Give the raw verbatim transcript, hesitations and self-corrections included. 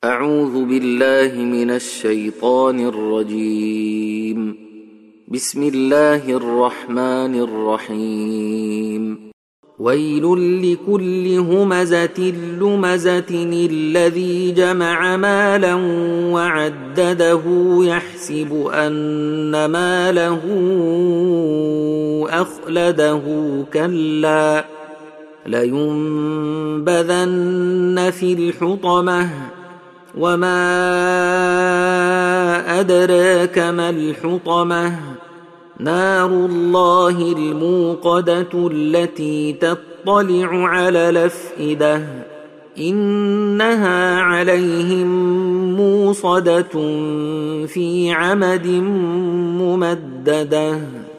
أعوذ بالله من الشيطان الرجيم. بسم الله الرحمن الرحيم. ويل لكل همزة لمزة الذي جمع مالا وعدده يحسب أن ماله أخلده كلا لينبذن في الحطمة وما أدراك ما الحطمة نار الله الموقدة التي تطلع على الأفئدة إنها عليهم موصدة في عمد ممددة.